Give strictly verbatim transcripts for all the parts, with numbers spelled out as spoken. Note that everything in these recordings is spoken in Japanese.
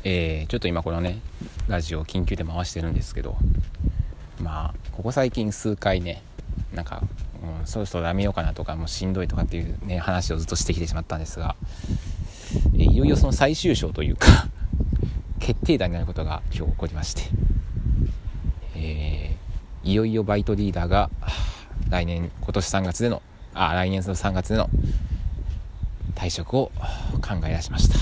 えー、ちょっと今このねラジオを緊急で回してるんですけど、まあここ最近数回ねなんか、うん、そろそろやめようかなとかもうしんどいとかっていうね話をずっとしてきてしまったんですが、えー、いよいよその最終章というか決定打になることが今日起こりまして、えー、いよいよバイトリーダーが来年今年さんがつでのあ来年のさんがつでの退職を考え出しました。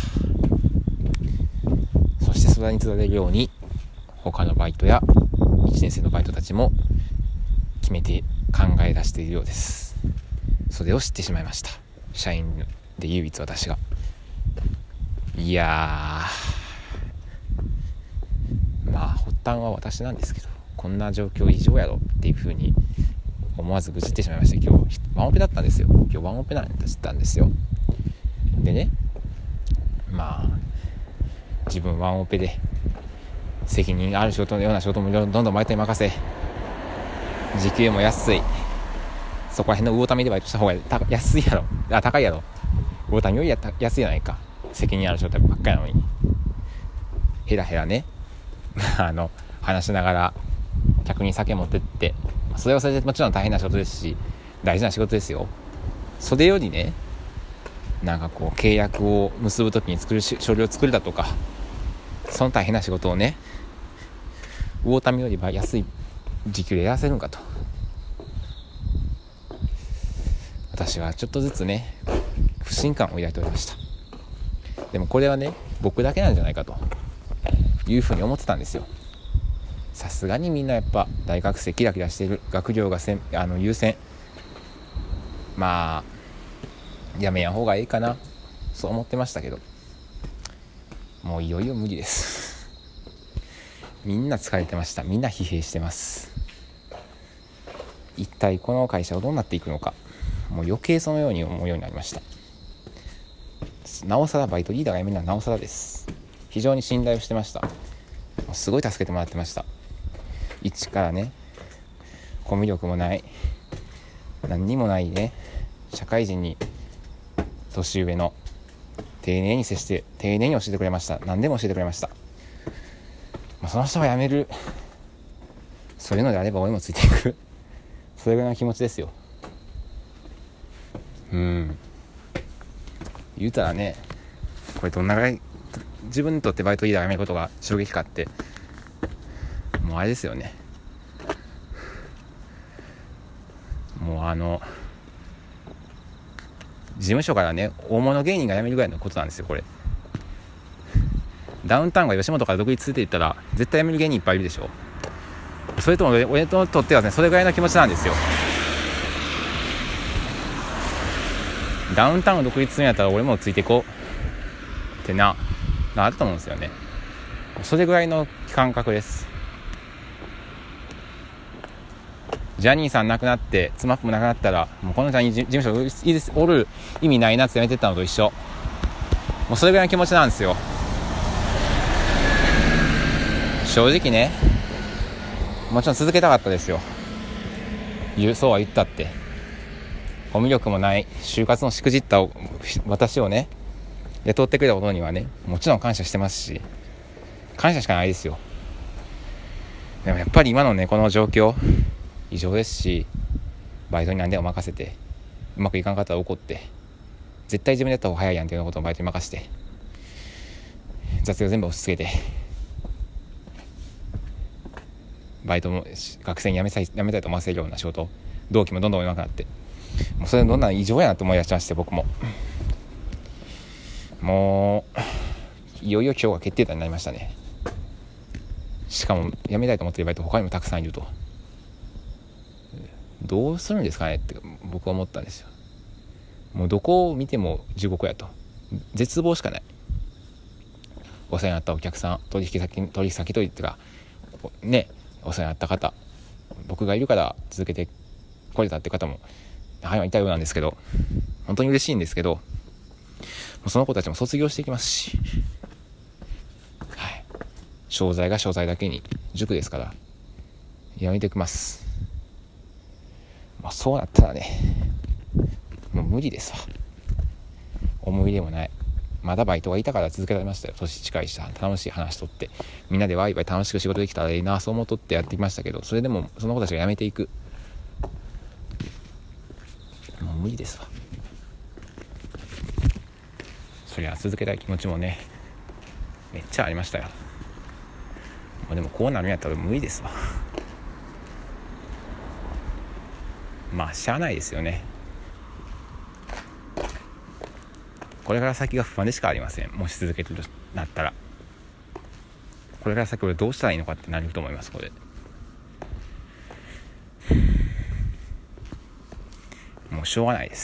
そしてそれにつられるように他のバイトやいちねん生のバイトたちも決めて考え出しているようです。それを知ってしまいました。社員で唯一私が。いやーまあ発端は私なんですけど、こんな状況異常やろっていう風に思わず愚痴ってしまいました。今日ワンオペだったんですよ。今日ワンオペなんだったんですよ。でね、まあ自分ワンオペで責任ある仕事のような仕事もどんどんバイトに任せ、時給も安い、そこら辺の魚民でバイトした方が安いやろあ高いやろ魚民よりや安いじゃないか。責任ある仕事ばっかりなのにヘラヘラねあの話しながら客に酒持ってって、それはそれでもちろん大変な仕事ですし大事な仕事ですよ。それよりね、なんかこう契約を結ぶときに作る書類を作るだとか、その大変な仕事をね魚民よりは安い時給でやらせるんかと、私はちょっとずつね不信感を抱いておりました。でもこれはね僕だけなんじゃないかというふうに思ってたんですよ。さすがにみんなやっぱ大学生キラキラしてる、学業がせんあの優先、まあやめや方がいいかなそう思ってましたけど、もういよいよ無理ですみんな疲れてました。みんな疲弊してます。一体この会社はどうなっていくのか、もう余計そのように思うようになりました。なおさらバイトリーダーが辞めるのはなおさらです。非常に信頼をしてました。すごい助けてもらってました。一からねコミュ力もない何にもないね社会人に年上の丁寧に接して丁寧に教えてくれました。何でも教えてくれました。まあ、その人が辞める、そういうのであれば俺もついていくそれぐらいの気持ちですよ。うん言うたらね、これどんなぐらい自分にとってバイトリーダーが辞めることが衝撃かって、もうあれですよね。もうあの事務所からね大物芸人が辞めるぐらいのことなんですよ。これダウンタウンが吉本から独立するって言ったら絶対辞める芸人いっぱいいるでしょ。それとも俺にとってはねそれぐらいの気持ちなんですよ。ダウンタウンを独立するんやったら俺もついていこうってななると思うんですよね。それぐらいの感覚です。ジャニーさん亡くなってスマップもなくなったらもうこのジャニー事務所おる意味ないなってやめてったのと一緒。もうそれぐらいの気持ちなんですよ。正直ねもちろん続けたかったですよ。言うそうは言ったってコミュ力もない就活のしくじった私をね雇ってくれたことにはねもちろん感謝してますし、感謝しかないですよ。でもやっぱり今のねこの状況異常ですし、バイトに何でも任せてうまくいかんかったら怒って絶対自分でやった方が早いやんっていうようなことをバイトに任せて雑用全部押し付けてバイトも学生に辞めたい、辞めたいと思わせるような仕事、同期もどんどん上手くなって、もうそれどんな異常やなと思い出しまして、僕ももういよいよ今日が決定打になりましたね。しかも辞めたいと思っているバイト他にもたくさんいると、どうするんですかねって僕は思ったんですよ。もうどこを見ても地獄やと、絶望しかない。お世話になったお客さん、取引先取引先といってかね、お世話になった方、僕がいるから続けてこれたって方もはいいたようなんですけど、本当に嬉しいんですけど、もうその子たちも卒業していきますし、はい、商材が商材だけに塾ですからやめてきます。まあ、そうなったらねもう無理ですわ。思い入れもないまだバイトがいたから続けられましたよ。年近いし楽しい話とってみんなでワイワイ楽しく仕事できたらいいなそう思っとってやってきましたけど、それでもその子たちが辞めていく、もう無理ですわ。そりゃ続けたい気持ちもねめっちゃありましたよ。でもこうなるんやったら無理ですわ。まあしゃあないですよね。これから先が不安でしかありません。もし続けてるとなったら、これから先俺どうしたらいいのかってなると思います。これもうしょうがないです。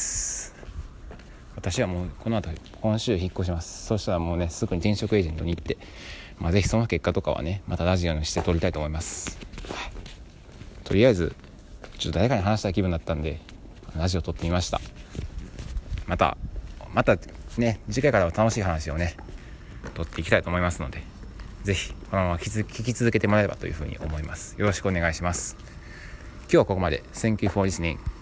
私はもうこの後今週引っ越します。そしたらもうねすぐに転職エージェントに行って、まあ、ぜひその結果とかはねまたラジオにして撮りたいと思います、はい、とりあえずちょっと誰かに話したい気分だったんでラジオ撮ってみました。またまたね次回からは楽しい話をね撮っていきたいと思いますので、ぜひこのまま聞き続けてもらえればというふうに思います。よろしくお願いします。今日はここまで。 Thank you for listening.